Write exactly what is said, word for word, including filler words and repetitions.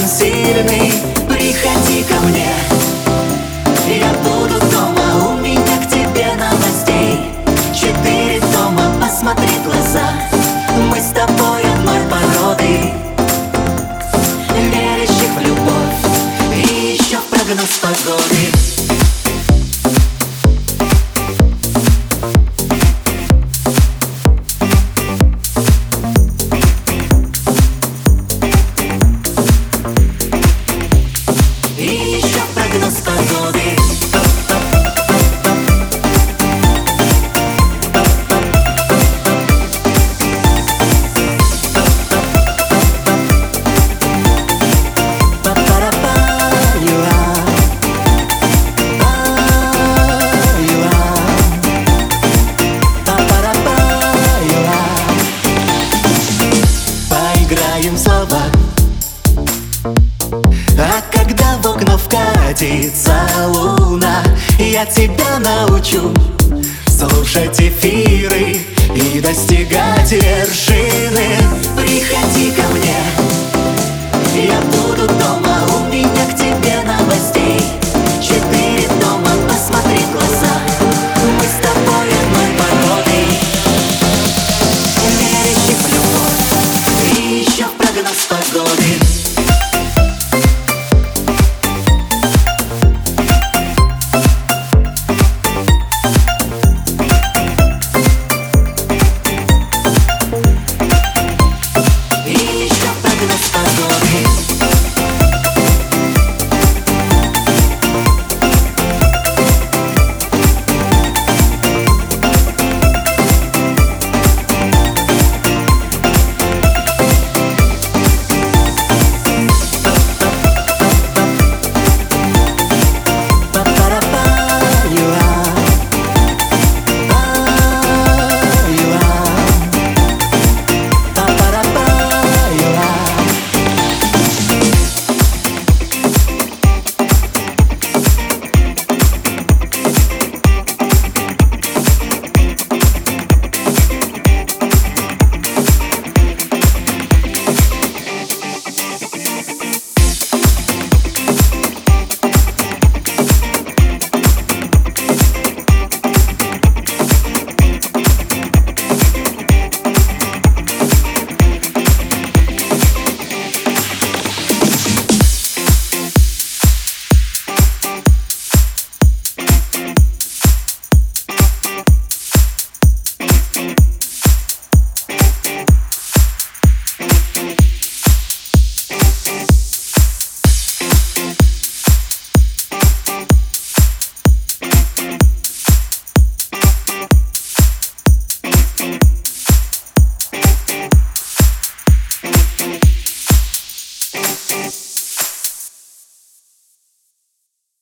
сильный, приходи ко мне. Я буду дома, у меня к тебе новостей. Четыре дома, посмотри в глаза, мы с тобой одной породы, верящих в любовь и еще в прогноз погоды. Слова. А когда в окна вкатится луна, я тебя научу слушать эфиры и достигать вершины. Приходи ко мне, я буду